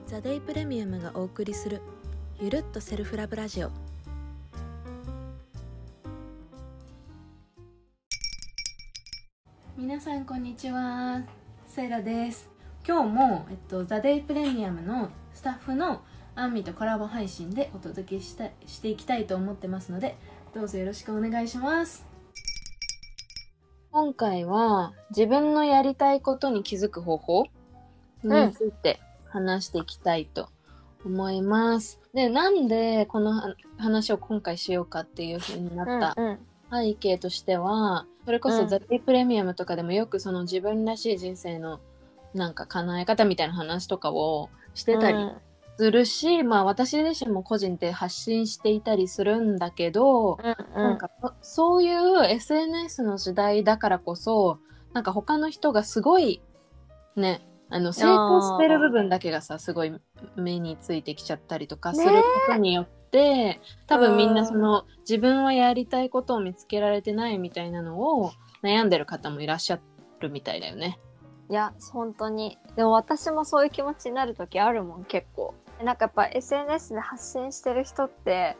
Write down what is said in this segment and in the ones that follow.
ザ・デイプレミアムがお送りするゆるっとセルフラブラジオ。皆さんこんにちは、セイラです。今日も、ザ・デイプレミアムのスタッフのアンミとコラボ配信でお届けしていきたいと思ってますので、どうぞよろしくお願いします。今回は自分のやりたいことに気づく方法について話していきたいと思います。で、なんでこの話を今回しようかっていう風になった背景としては、それこそザ・デイプレミアムとかでもよくその自分らしい人生のなんか叶え方みたいな話とかをしてたりするし、まあ私自身も個人で発信していたりするんだけど、なんかそういう SNS の時代だからこそ、なんか他の人がすごいね、成功してる部分だけがさ、すごい目についてきちゃったりとかすることによって、多分みんなその自分はやりたいことを見つけられてないみたいなのを悩んでる方もいらっしゃるみたいだよね。 いや本当に。でも私もそういう気持ちになる時あるもん、結構。なんかやっぱ SNS で発信してる人って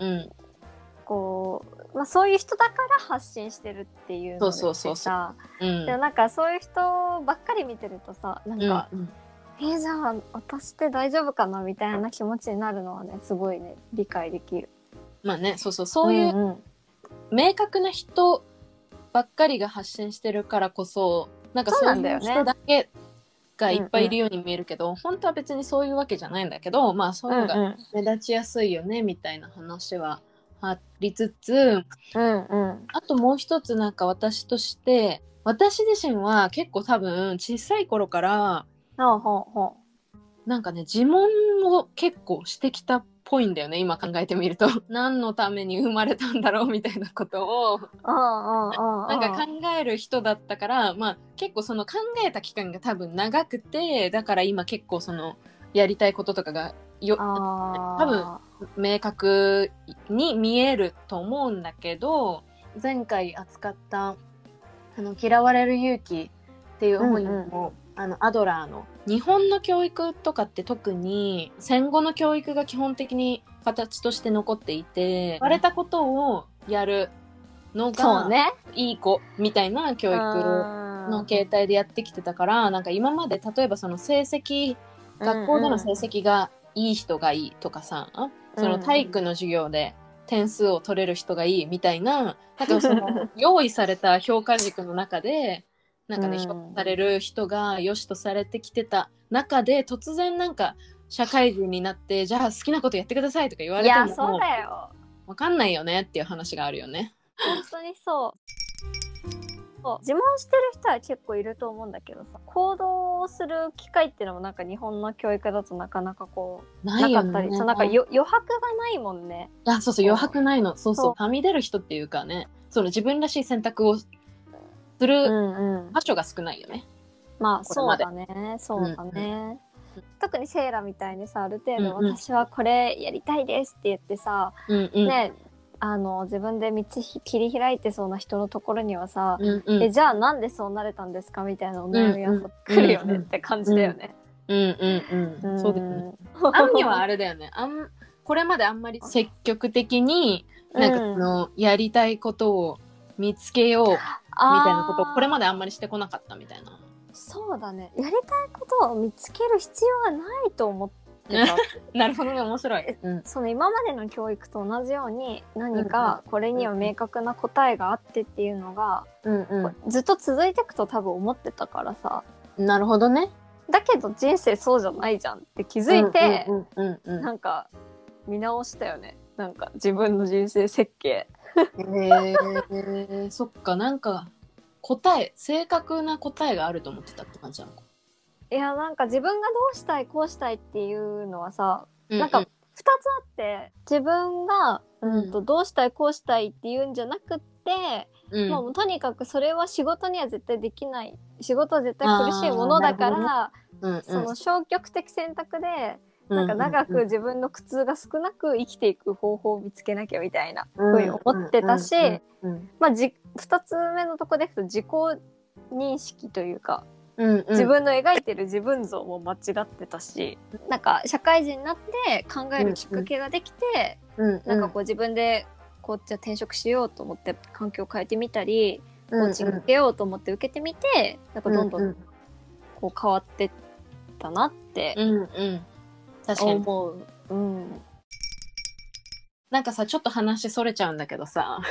こう、まあ、そういう人だから発信してるっていうのってさ、でもなんかそういう人ばっかり見てるとさ、なんか、じゃあ私って大丈夫かなみたいな気持ちになるのはね、すごいね、理解できる。 まあね、そういう明確な人ばっかりが発信してるからこそ、なんかそういう人だけがいっぱいいるように見えるけど、本当は別にそういうわけじゃないんだけど、まあそういうのが目立ちやすいよねみたいな話はありつつ、あともう一つ、なんか私として、私自身は結構多分小さい頃からなんかね、自問を結構してきたっぽいんだよね、今考えてみると。何のために生まれたんだろうみたいなことをなんか考える人だったから、まあ結構その考えた期間が多分長くて、だから今結構そのやりたいこととかが多分明確に見えると思うんだけど、前回扱った嫌われる勇気っていう本にも、アドラーの日本の教育とかって特に戦後の教育が基本的に形として残っていて、言われたことをやるのがいい子みたいな教育の形態でやってきてたから、なんか今まで例えばその成績、学校での成績がいい人がいいとかさ、その体育の授業で点数を取れる人がいいみたいな、なんかその用意された評価軸の中でなんかね、評価される人が良しとされてきてた中で、突然なんか社会人になって、じゃあ好きなことやってくださいとか言われても、いやそうだよ、わかんないよねっていう話があるよね。 本当にそう自問してる人は結構いると思うんだけどさ、行動する機会っていうのもなんか日本の教育だとなかなかこうないよね。なかったり、そうなんか余白がないもんね。 あ、そう余白ないの。そうはみ出る人っていうかね、その自分らしい選択をする場所が少ないよね。 まあそうだね、特にセイラみたいにさ、ある程度私はこれやりたいですって言ってさ、ね、自分で道切り開いてそうな人のところにはさ、じゃあなんでそうなれたんですかみたいなお悩みは来るよねって感じだよね。 そうですね。アンミはあれだよね。これまであんまり積極的になんかそのやりたいことを見つけようみたいなことをこれまであんまりしてこなかったみたいな。 そうだね。やりたいことを見つける必要はないと思ってた。 なるほどね、面白い。 その今までの教育と同じように何かこれには明確な答えがあってっていうのがずっと続いていくと多分思ってたからさ。 なるほどね。 だけど人生そうじゃないじゃんって気づいて、なんか見直したよね。なんか自分の人生設計。 そっか、なんか正確な答えがあると思ってたって感じなのか。 いや、なんか自分がどうしたいこうしたいっていうのはさ、なんか2つあって、自分が、どうしたいこうしたいっていうんじゃなくって、もうとにかくそれは仕事には絶対できない、仕事は絶対苦しいものだから、その消極的選択でなんか長く自分の苦痛が少なく生きていく方法を見つけなきゃみたいなふうに思ってたし、まあ2つ目のとこでいくと自己認識というか、 自分の描いてる自分像も間違ってたし、なんか社会人になって考えるきっかけができて、なんかこう自分でこうじゃ転職しようと思って環境を変えてみたり、コーチング受けようと思って受けてみて、なんかどんどんこう変わってったなって思う。 なんかさ、ちょっと話それちゃうんだけどさ、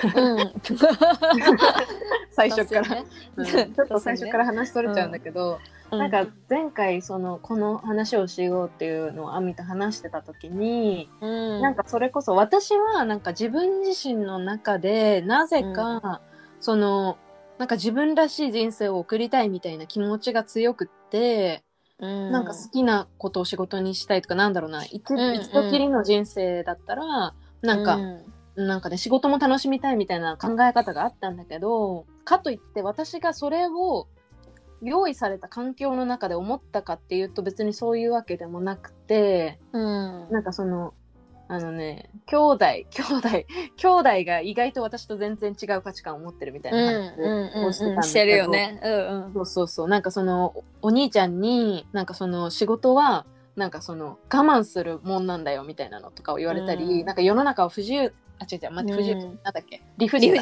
最初から、ちょっと最初から話それちゃうんだけど、なんか前回この話をしようっていうのをアミと話してた時に、なんかそれこそ私はなんか自分自身の中でなぜか、なんか自分らしい人生を送りたいみたいな気持ちが強くって、なんか好きなことを仕事にしたいとか、なんだろうな、一度きりの人生だったらなんかね、仕事も楽しみたいみたいな考え方があったんだけど、かといって私がそれを用意された環境の中で思ったかっていうと別にそういうわけでもなくて、なんか兄弟が意外と私と全然違う価値観を持ってるみたいな話をしてたんだけど、 してるよね。 なんかお兄ちゃんになんか仕事はなんか我慢するもんなんだよみたいなのとかを言われたり、なんか世の中は不自由、待って不自由、なんだっけ、理不尽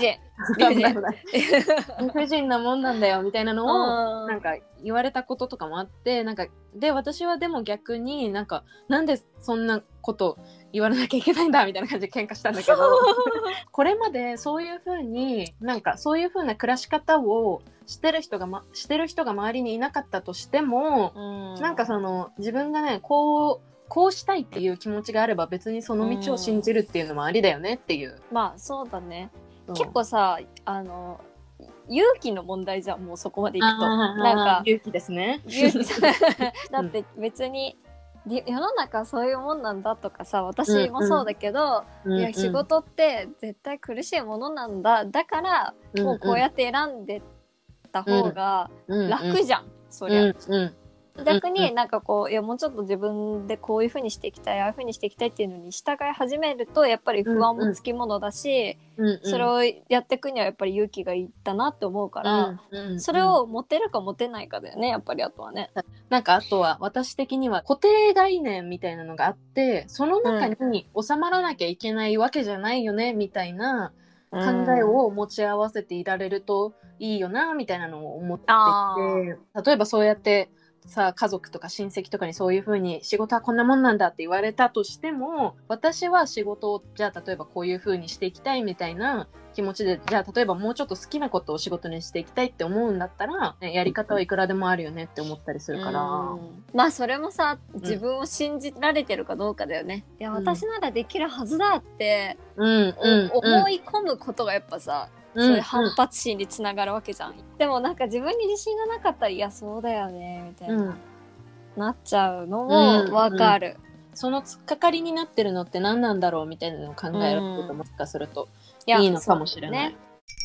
なもんなんだよみたいなのをなんか言われたこととかもあって、なんかで私はでも逆になんでそんなこと言われなきゃいけないんだみたいな感じで喧嘩したんだけどこれまでそういう風になんかそういう風な暮らし方をしてる人が周りにいなかったとしても、なんか自分がねこうしたいっていう気持ちがあれば別にその道を信じるっていうのもありだよねっていう。 まあそうだね。結構さ勇気の問題じゃん、もうそこまでいくと。なんか勇気ですね。 だって別に世の中そういうもんなんだとかさ、私もそうだけど、いや仕事って絶対苦しいものなんだ、だからもうこうやって選んでた方が楽じゃん、そりゃ。逆になんかこういやもうちょっと自分でこういう風にしていきたい、ああいう風にしていきたいっていうのに従い始めるとやっぱり不安もつきものだし、それをやっていくにはやっぱり勇気がいったなって思うから、それを持てるか持てないかだよね、やっぱり。あとはね、 なんかあとは私的には固定概念みたいなのがあって、その中に収まらなきゃいけないわけじゃないよねみたいな考えを持ち合わせていられるといいよなみたいなのを思っていて、例えばそうやってさ、家族とか親戚とかにそういう風に仕事はこんなもんなんだって言われたとしても、私は仕事をじゃあ例えばこういう風にしていきたいみたいな気持ちで、じゃあ例えばもうちょっと好きなことを仕事にしていきたいって思うんだったら、ね、やり方はいくらでもあるよねって思ったりするから、 まあそれもさ、自分を信じられてるかどうかだよね。いや私ならできるはずだって思い込むことがやっぱさ、そういう反発心につながるわけじゃん。でもなんか自分に自信がなかったら、いやそうだよねみたいな、なっちゃうのもわかる。 その突っかかりになってるのって何なんだろうみたいなのを考えることもしかするといいのかもしれない。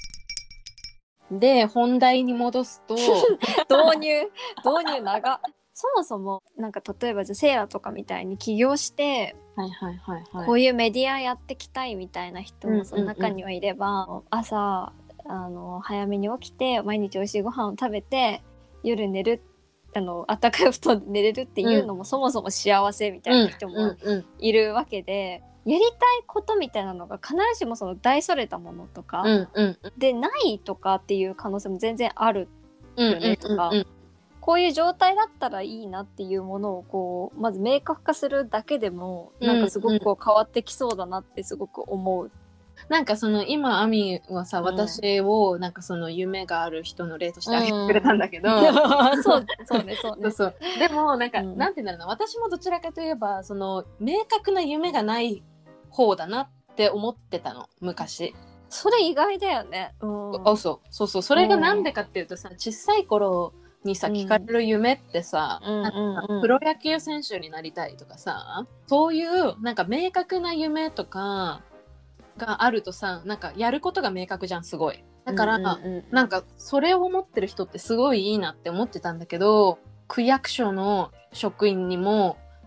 で本題に戻すと導入長。そもそもなんか例えばじゃあセイラとかみたいに起業して、こういうメディアやってきたいみたいな人もその中にはいれば、朝早めに起きて毎日おいしいご飯を食べて夜寝る、暖かい布団で寝れるっていうのもそもそも幸せみたいな人もいるわけで、やりたいことみたいなのが必ずしもその大それたものとかでないとかっていう可能性も全然あるよねとか、こういう状態だったらいいなっていうものをこうまず明確化するだけでもなんかすごくこう変わってきそうだなってすごく思う。 なんか今アミはさ、私をなんか夢がある人の例として挙げてくれたんだけど、 そうねでもなんか、なんて言うんだろうな、私もどちらかといえば明確な夢がない方だなって思ってたの昔。 それ意外だよね。 そうそれがなんでかっていうとさ、小さい頃にさ聞かれる夢ってさ、プロ野球選手になりたいとかさ、そういうなんか明確な夢とかがあるとさ、なんかやることが明確じゃん、すごい。だから、なんかそれを持ってる人ってすごいいいなって思ってたんだけど、区役所の職員にも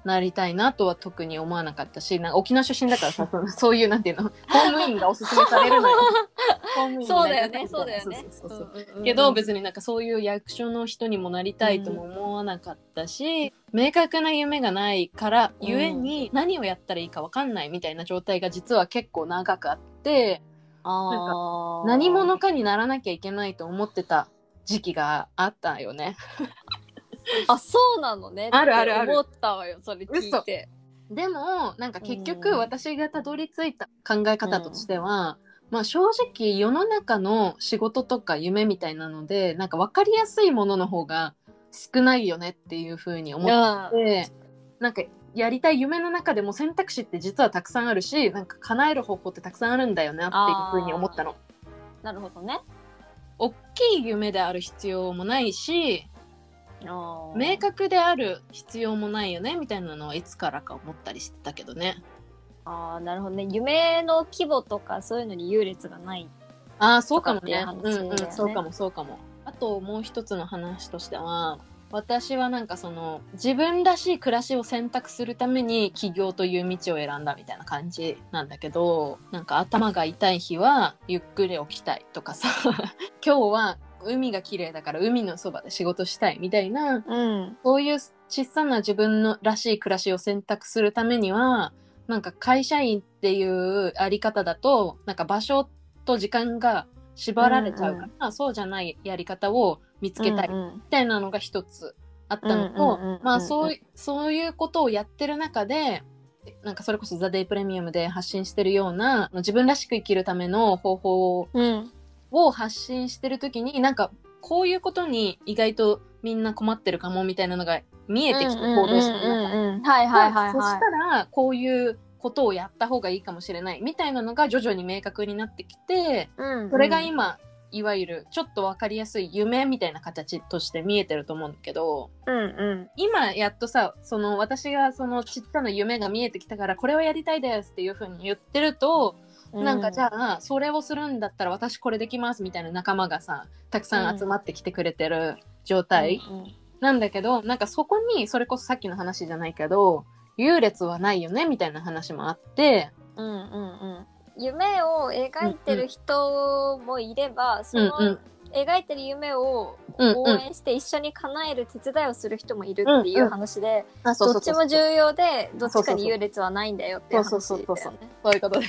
なりたいなとは特に思わなかったし、なんか沖縄出身だからさ、そういうなんていうの、公務員がおすすめされるのよ。公務員になりたいみたいな。 そうだよね。 けど別になんかそういう役所の人にもなりたいとも思わなかったし、明確な夢がないからゆえに何をやったらいいか分かんないみたいな状態が実は結構長くあって、なんか何者かにならなきゃいけないと思ってた時期があったよね。 あ、そうなのね。 あるあるある。 思ったわよ、それ聞いて。 でもなんか結局私がたどり着いた考え方としては、まあ正直世の中の仕事とか夢みたいなのでなんか分かりやすいものの方が少ないよねっていう風に思って、なんかやりたい夢の中でも選択肢って実はたくさんあるし、なんか叶える方法ってたくさんあるんだよなっていう風に思ったの。 なるほどね。 大きい夢である必要もないし、明確である必要もないよねみたいなのはいつからか思ったりしてたけどね。 ああ、なるほどね。夢の規模とかそういうのに優劣がない。 ああ、そうかもね。そうかも。あともう一つの話としては、私はなんかその自分らしい暮らしを選択するために起業という道を選んだみたいな感じなんだけど、なんか頭が痛い日はゆっくり起きたいとかさ今日は海が綺麗だから海のそばで仕事したいみたいな、そういう小さな自分のらしい暮らしを選択するためには、なんか会社員っていうあり方だとなんか場所と時間が縛られちゃうから、そうじゃないやり方を見つけたいみたいなのが一つあったのと、まあそういうことをやってる中で、なんかそれこそザ・デイ・プレミアムで発信してるような自分らしく生きるための方法を発信してる時に、なんかこういうことに意外とみんな困ってるかもみたいなのが見えてきて行動してる中で、そしたらこういうことをやった方がいいかもしれないみたいなのが徐々に明確になってきて、それが今いわゆるちょっと分かりやすい夢みたいな形として見えてると思うんだけど、今やっとさ、その私がそのちっちゃな夢が見えてきたからこれをやりたいですっていう風に言ってると、なんかじゃあそれをするんだったら私これできますみたいな仲間がさたくさん集まってきてくれてる状態なんだけど、なんかそこにそれこそさっきの話じゃないけど優劣はないよねみたいな話もあって、 夢を描いてる人もいれば、その描いてる夢を応援して一緒に叶える手伝いをする人もいるっていう話で、どっちも重要でどっちかに優劣はないんだよっていう話だよね。 そういうことです。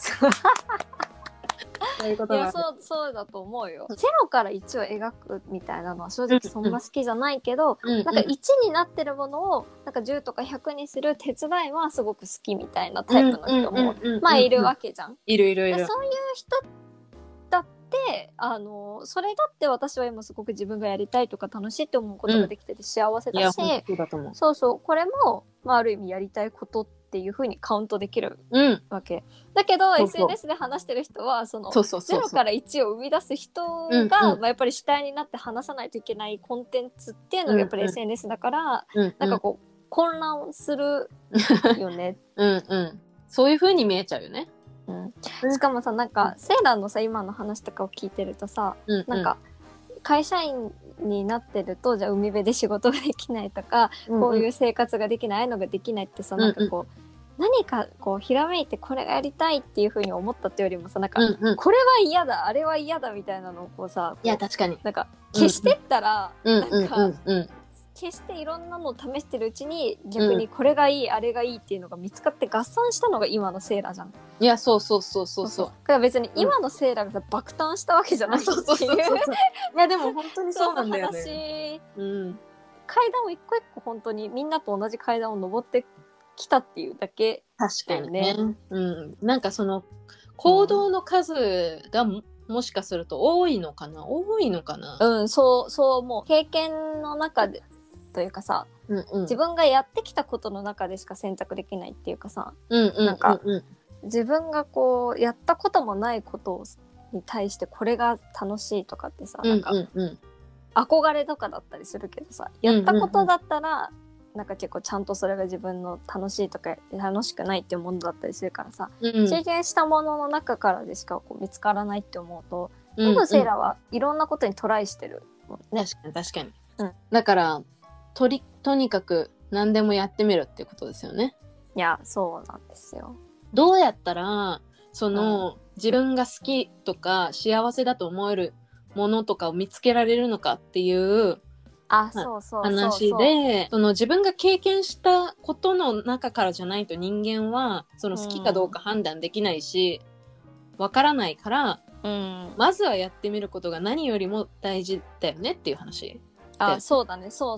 いや、そうだと思うよ。0から1を描くみたいなのは正直そんな好きじゃないけど、なんか1になってるものをなんか10とか100にする手伝いはすごく好きみたいなタイプの人もまあいるわけじゃん。 いる。そういう人だってそれだって私は今すごく自分がやりたいとか楽しいって思うことができてて幸せだし、そうこれも、まあ、ある意味やりたいことっていう風にカウントできるわけ、だけど SNS で話してる人はその0から1を生み出す人が、まあ、やっぱり主体になって話さないといけないコンテンツっていうのがやっぱり SNS だから、なんかこう混乱するよねそういう風に見えちゃうよね。 しかもさ、なんかセイラのさ今の話とかを聞いてるとさ、なんか会社員になってるとじゃあ海辺で仕事ができないとか、こういう生活ができない、ああいうのができないってさ、なんかこう何かこうひらめいてこれがやりたいっていう風に思ったってよりもさ、なんか、これは嫌だあれは嫌だみたいなのをこうさ、 いや確かになんか消してったら、なんか決していろんなのを試してるうちに逆にこれがいい、あれがいいっていうのが見つかって合算したのが今のセーラじゃん。 いやそうだから別に今のセーラがさ、爆誕したわけじゃないっていういやでも本当にそうなんだよね。階段を一個一個本当にみんなと同じ階段を登ってきたっていうだけだよね。 確かにね。なんかその行動の数がもしかすると多いのかな。 そう思う。経験の中でというかさ、自分がやってきたことの中でしか選択できないっていうかさ、なんか自分がこうやったこともないことに対してこれが楽しいとかってさ、なんか憧れとかだったりするけどさ、やったことだったらなんか結構ちゃんとそれが自分の楽しいとか楽しくないっていうものだったりするからさ、経験したものの中からでしかこう見つからないって思うと、今セイラはいろんなことにトライしてるもんね。 確かに、だからとにかく何でもやってみるっていうことですよね。 いや、そうなんですよ。 どうやったらその、自分が好きとか幸せだと思えるものとかを見つけられるのかっていう話で、その自分が経験したことの中からじゃないと人間はその好きかどうか判断できないし、わからないから、まずはやってみることが何よりも大事だよねっていう話。 そうだね。そう。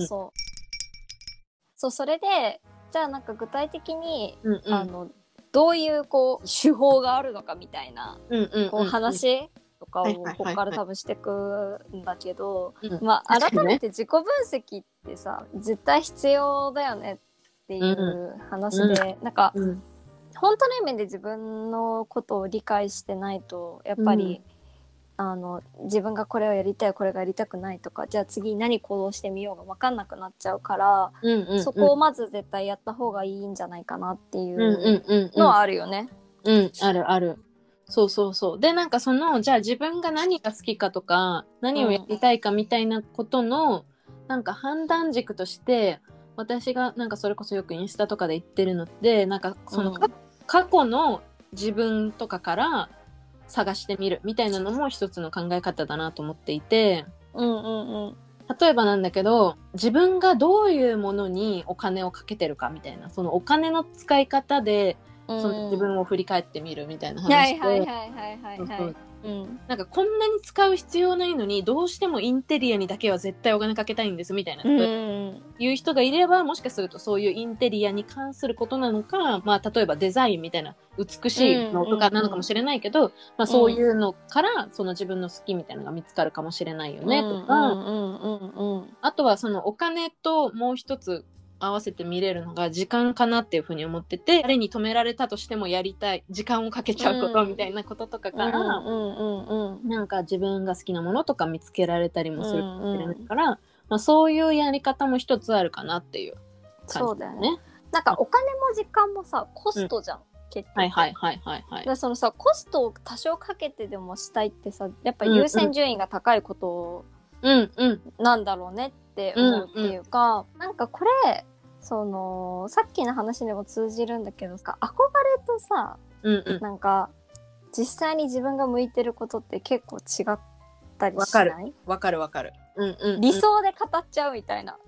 そう、それでじゃあなんか具体的に、どういうこう手法があるのかみたいな、こう話とかをここから多分していくんだけど、まあ改めて自己分析ってさ絶対必要だよねっていう話で、なんか、本当の意味で自分のことを理解してないとやっぱり、自分がこれをやりたいこれがやりたくないとか、じゃあ次何行動してみようが分かんなくなっちゃうから、そこをまず絶対やった方がいいんじゃないかなっていうのはあるよね。 あるある。そうで、なんかそのじゃあ自分が何が好きかとか何をやりたいかみたいなことの、なんか判断軸として私がなんかそれこそよくインスタとかで言ってるのって、なんかその、過去の自分とかから探してみるみたいなのも一つの考え方だなと思っていて、例えばなんだけど、自分がどういうものにお金をかけてるかみたいな、そのお金の使い方でその自分を振り返ってみるみたいな話で、なんかこんなに使う必要ないのにどうしてもインテリアにだけは絶対お金かけたいんですみたいな、いう人がいれば、もしかするとそういうインテリアに関することなのか、まあ例えばデザインみたいな美しいのとかなのかもしれないけど、まあそういうのからその自分の好きみたいなのが見つかるかもしれないよねとか、あとはそのお金ともう一つ合わせて見れるのが時間かなっていうふうに思ってて、誰に止められたとしてもやりたい、時間をかけちゃうことみたいなこととかから、なんか自分が好きなものとか見つけられたりもするかもしれないから、まあ、そういうやり方も一つあるかなっていう感じだよね。そうだよね。 なんかお金も時間もさコストじゃん、結局。だそのさコストを多少かけてでもしたいってさ、やっぱ優先順位が高いことなんだろうねって思うっていうか、なんかこれそのさっきの話でも通じるんだけどさ、憧れとさ、なんか実際に自分が向いてることって結構違ったりしない？ わかる、 理想で語っちゃうみたいな。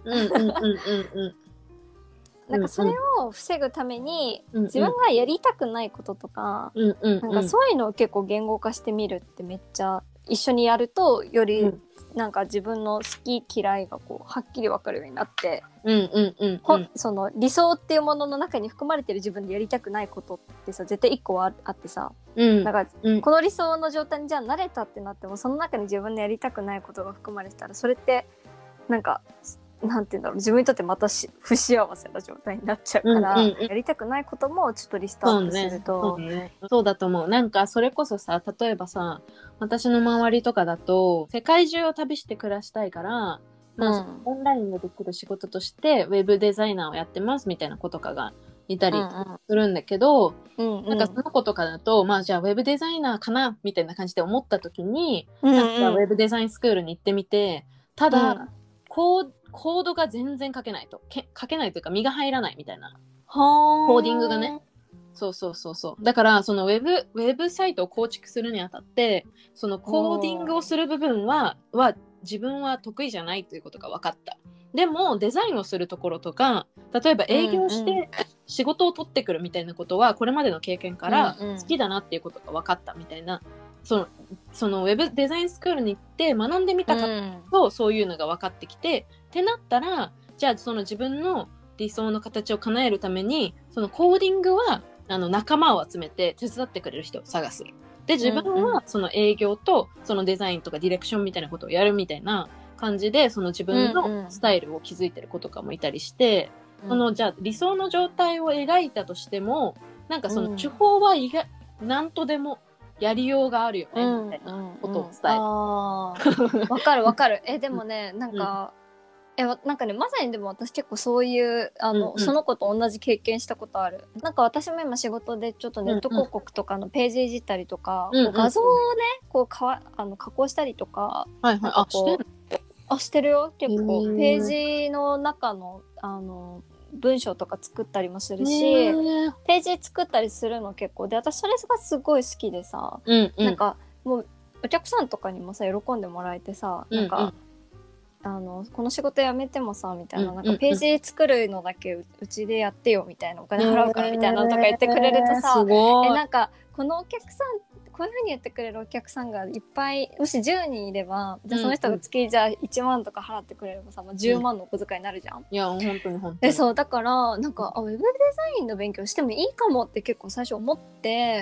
なんかそれを防ぐために、自分がやりたくないこととか、なんかそういうのを結構言語化してみるってめっちゃ一緒にやるとよりなんか自分の好き嫌いがこうはっきり分かるようになって、その理想っていうものの中に含まれてる自分でやりたくないことってさ絶対一個はあってさ、だから、この理想の状態にじゃあ慣れたってなってもその中に自分でやりたくないことが含まれてたら、それってなんかなんていうんだろう、自分にとってまた不幸せな状態になっちゃうから、やりたくないこともちょっとリストアップするとそうだと思う。なんかそれこそさ、例えばさ、私の周りとかだと世界中を旅して暮らしたいから、まあオンラインでできる仕事としてウェブデザイナーをやってますみたいな子とかがいたりするんだけど、なんかその子とかだと、まあじゃあウェブデザイナーかなみたいな感じで思った時に、なんかウェブデザインスクールに行ってみて、ただ、コードが全然書けないというか身が入らないみたいな、コーディングがね。だからそのウェブサイトを構築するにあたって、そのコーディングをする部分は自分は得意じゃないということが分かった。でもデザインをするところとか、例えば営業して仕事を取ってくるみたいなことはこれまでの経験から好きだなっていうことが分かったみたいな、そのウェブデザインスクールに行って学んでみたからと、そういうのが分かってきて、ってなったら、じゃあその自分の理想の形を叶えるために、そのコーディングは仲間を集めて手伝ってくれる人を探す。で自分はその営業とそのデザインとかディレクションみたいなことをやるみたいな感じで、その自分のスタイルを築いてる子とかもいたりして、じゃあ理想の状態を描いたとしても、なんかその手法は何とでもやりようがあるよね、みたいなことを伝える。 わかる。でもね、なんか、なんかね、まさにでも私結構そういうその子と同じ経験したことある。なんか私も今仕事でちょっとネット広告とかのページいじったりとか、画像をねこう加工したりとか、してるよ結構。ページの中の文章とか作ったりもするし、ページ作ったりするの結構で、私それがすごい好きでさ、なんかもうお客さんとかにもさ喜んでもらえてさ、なんかこの仕事辞めてもさみたいな、なんかページ作るのだけうちでやってよみたいな、お金払うからみたいなのとか言ってくれるとさ、なんかこのお客さんこういう風に言ってくれるお客さんがいっぱい、もし10人いれば、じゃあその人が月じゃあ1万とか払ってくれればさ、10万のお小遣いになるじゃん。 いや本当に本当に。 そうだからなんかウェブデザインの勉強してもいいかもって結構最初思って。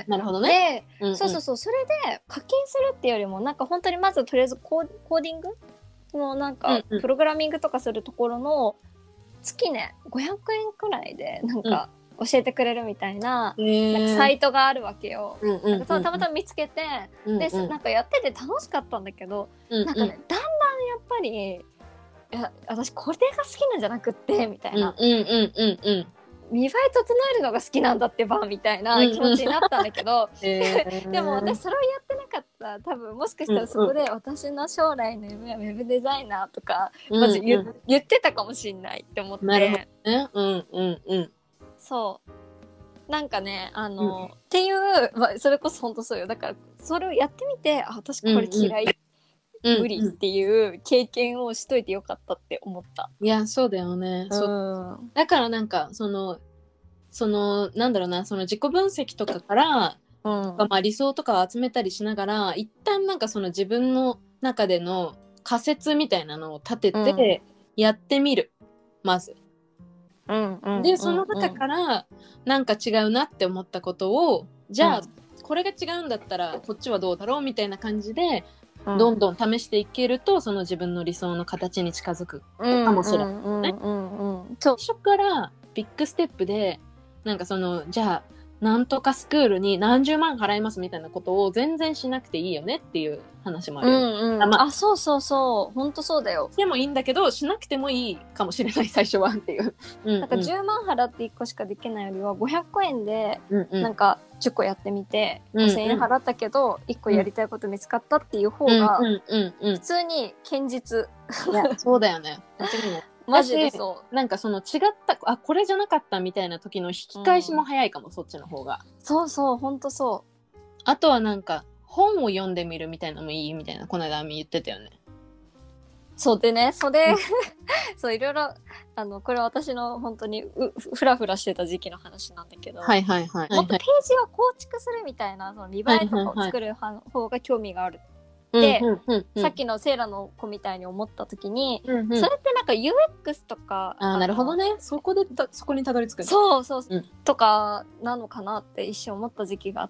なるほどね。 で、そうそれで課金するっていうよりもなんか本当にまずとりあえずコーディングのなんかプログラミングとかするところの月ね500円くらいでなんか教えてくれるみたいな、なんかサイトがあるわけよ。なんかたまたま見つけて、でなんかやってて楽しかったんだけど、なんかねだんだんやっぱりいや私これが好きなんじゃなくってみたいな、見栄え整えるのが好きなんだってばみたいな気持ちになったんだけど、でも私それをやってなかったら多分もしかしたらそこで私の将来の夢はウェブデザイナーとかマジ言ってたかもしんないって思って。なるほどね。そうなんかねっていう、それこそ本当そうよ。だからそれをやってみて私これ嫌い、無理っていう経験をしといてよかったって思った。 いやそうだよね。だからなんかそのなんだろうな、その自己分析とかから、まあ、理想とかを集めたりしながら一旦なんかその自分の中での仮説みたいなのを立ててやってみる、まず。でその中からなんか違うなって思ったことを、じゃあこれが違うんだったらこっちはどうだろうみたいな感じでどんどん試していけると、その自分の理想の形に近づくかもしれないね。最初からビッグステップでなんかじゃあなんとかスクールに何十万払いますみたいなことを全然しなくていいよねっていう話もあるよ。 そう本当そうだよ。 でもいいんだけどしなくてもいいかもしれない最初はっていうなんか10万払って1個しかできないよりは500円でなんか10個やってみて5000円払ったけど1個やりたいこと見つかったっていう方が普通に堅実。 いやそうだよね。マジでそう。なんか違ったこれじゃなかったみたいな時の引き返しも早いかも、そっちの方が。 そうほんとそう。 あとはなんか本を読んでみるみたいなのもいいみたいなこの間言ってたよね。 そうでね、それそういろいろこれは私の本当にフラフラしてた時期の話なんだけど、もっとページを構築するみたいなその見栄えとかを作る方が興味がある。で、さっきのセイラの子みたいに思った時に、それってなんか UX とかなるほどね、そこにたどり着く。 そう、とかなのかなって一瞬思った時期があって、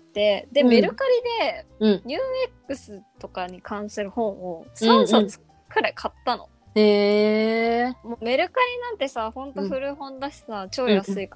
で、メルカリで UX とかに関する本を3冊くらい買ったの。もうメルカリなんてさほんと古本だしさ、超安いから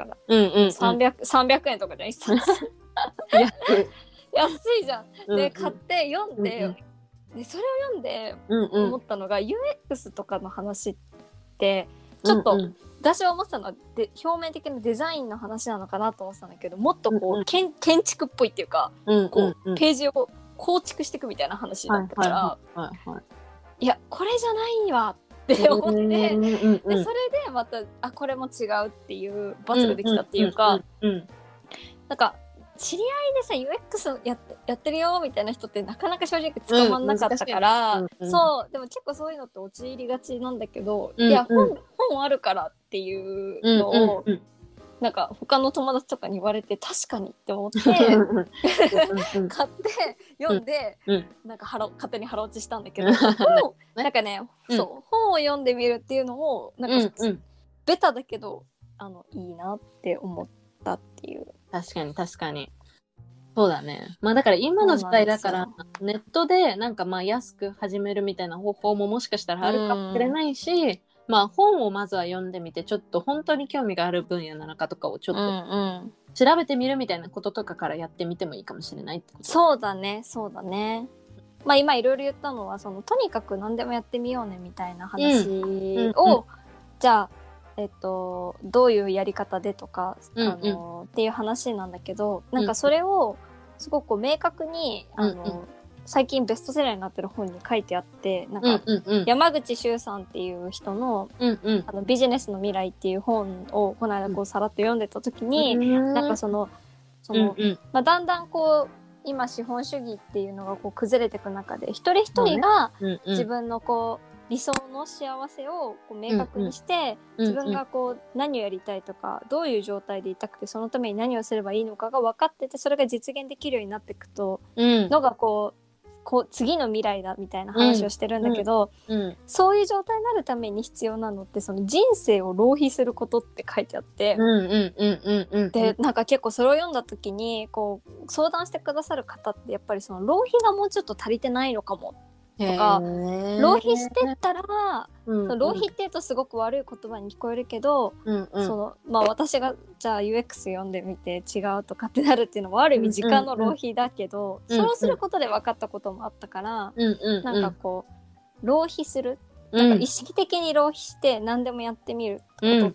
、300円とかじゃん1冊安いじゃん。で買って読んで、でそれを読んで思ったのが、UX とかの話ってちょっと私は思ってたのは表面的なデザインの話なのかなと思ってたんだけど、もっとこう、建築っぽいっていうか、こうページを構築していくみたいな話だったから、いやこれじゃないわって思って、でそれでまたこれも違うっていう罰ができたっていうか、なんか知り合いでさ UX やってるよみたいな人ってなかなか正直捕まんなかったから、そうでも結構そういうのって陥りがちなんだけど、いや本あるからっていうのを、なんか他の友達とかに言われて確かにって思って買って読んで、なんか勝手に腹落ちしたんだけど、なんかね、そう本を読んでみるっていうのもなんかベタだけどいいなって思ったっていう。 確かにそうだね。まあだから今の時代だからネットでなんかまあ安く始めるみたいな方法ももしかしたらあるかもしれないし、まあ本をまずは読んでみてちょっと本当に興味がある分野なのかとかをちょっと調べてみるみたいなこととかからやってみてもいいかもしれないってこと。 そうだね。まあ今いろいろ言ったのはとにかく何でもやってみようねみたいな話を、じゃあどういうやり方でとか、っていう話なんだけど、なんかそれをすごく明確に最近ベストセラーになってる本に書いてあって、なんか、山口周さんっていう人の、ビジネスの未来っていう本をこの間こうさらっと読んでた時に、なんかまあ、だんだんこう今資本主義っていうのがこう崩れていく中で、一人一人が自分のこう理想の幸せをこう明確にして、自分がこう何をやりたいとか、どういう状態でいたくてそのために何をすればいいのかが分かってて、それが実現できるようになっていくと、のがこう次の未来だみたいな話をしてるんだけど、そういう状態になるために必要なのって、その人生を浪費することって書いてあって、でなんか結構それを読んだ時にこう相談してくださる方ってやっぱりその浪費がもうちょっと足りてないのかもとか、浪費してったら、浪費っていうとすごく悪い言葉に聞こえるけど、まあ私がじゃあ UX 読んでみて違うとかってなるっていうのもある意味時間の浪費だけど、そうすることで分かったこともあったから、なんかこう浪費する、なんか意識的に浪費して何でもやってみることって、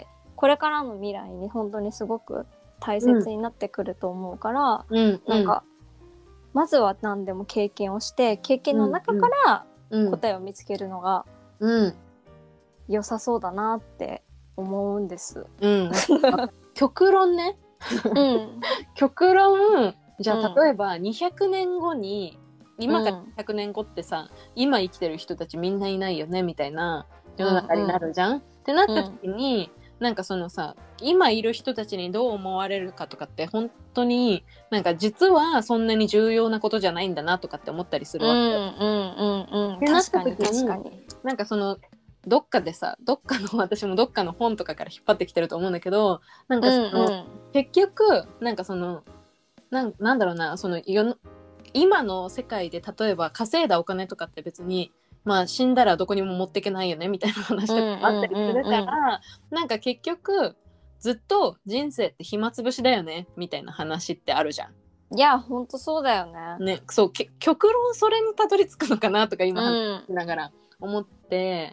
これからの未来に本当にすごく大切になってくると思うから、なんかまずは何でも経験をして、経験の中から答えを見つけるのが良さそうだなって思うんです。 極論ね。極論、じゃあ例えば200年後に、今から200年後ってさ、今生きてる人たちみんないないよねみたいな世の中になるじゃん、ってなった時に、なんかそのさ、今いる人たちにどう思われるかとかって本当になんか実はそんなに重要なことじゃないんだなとかって思ったりするわけ。確かに確かに。なんかそのどっかでさ、私もどっかの本とかから引っ張ってきてると思うんだけど、なんかその、結局なんかそのなんだろうな、その今の世界で例えば稼いだお金とかって別にまあ死んだらどこにも持っていけないよねみたいな話とかあったりするから、なんか結局ずっと人生って暇つぶしだよねみたいな話ってあるじゃん。 いやほんとそうだよね。 ね、そう極論それにたどり着くのかなとか今話しながら思って、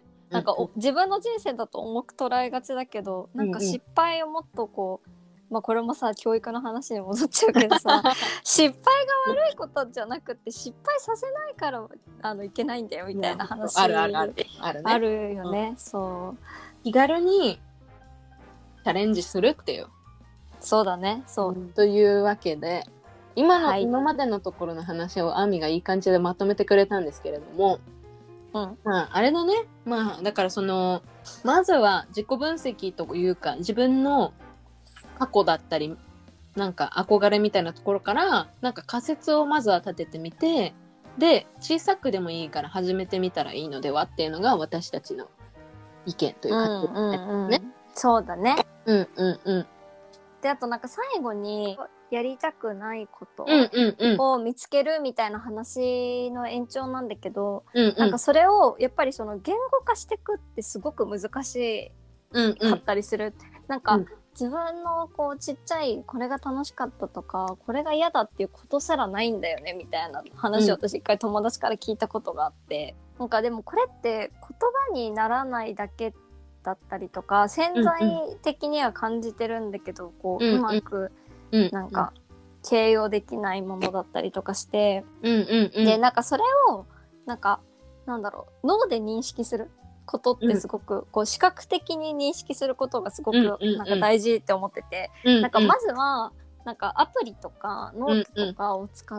なんか自分の人生だと重く捉えがちだけど、なんか失敗をもっとこう、まあこれもさ教育の話に戻っちゃうけどさ失敗が悪いことじゃなくて、失敗させないからいけないんだよみたいな話あるよね。そう気軽にチャレンジするっていう。 そうだね。そうというわけで今までのところの話をアミがいい感じでまとめてくれたんですけれども、まああれだね。まあだからまずは自己分析というか、自分の過去だったりなんか憧れみたいなところからなんか仮説をまずは立ててみて、で小さくでもいいから始めてみたらいいのではっていうのが私たちの意見という感じですね。 そうだね。であとなんか最後にやりたくないことを見つけるみたいな話の延長なんだけど、なんかそれをやっぱりその言語化していくってすごく難しかったりする。なんか自分のこうちっちゃいこれが楽しかったとかこれが嫌だっていうことすらないんだよねみたいな話を私一回友達から聞いたことがあって、なんかでもこれって言葉にならないだけだったりとか潜在的には感じてるんだけど、こううまくなんか形容できないものだったりとかして、でなんかそれをなんかなんだろう、脳で認識することってすごくこう視覚的に認識することがすごくなんか大事って思ってて、なんかまずはなんかアプリとかノートとかを使って、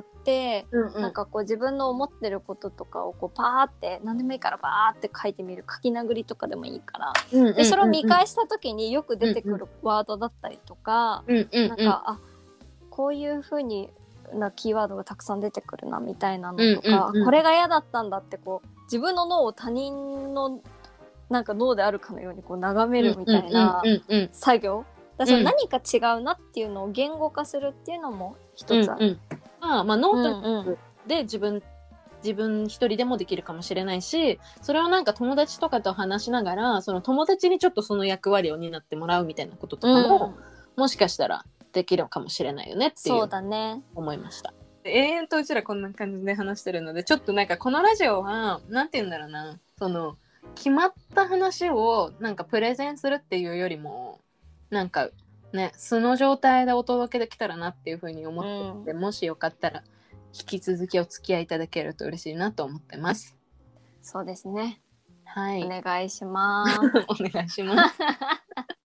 なんかこう自分の思ってることとかをこうパーって何でもいいからバーって書いてみる、書き殴りとかでもいいから、でそれを見返した時によく出てくるワードだったりとか、なんかこういう風になキーワードがたくさん出てくるなみたいなのとか、これが嫌だったんだってこう自分の脳を他人のなんか脳であるかのようにこう眺めるみたいな作業だ、その何か違うなっていうのを言語化するっていうのも一つある。 まあノートで自分一人でもできるかもしれないし、それをなんか友達とかと話しながらその友達にちょっとその役割を担ってもらうみたいなこととかも、もしかしたらできるかもしれないよねっていう思いました。永遠とうちらこんな感じで話してるので、ちょっとなんかこのラジオはなんて言うんだろうな、その決まった話をなんかプレゼンするっていうよりもなんかね素の状態でお届けできたらなっていうふうに思ってて、もしよかったら引き続きお付き合いいただけると嬉しいなと思ってます。 そうですね。 はい。 お願いします。 お願いします。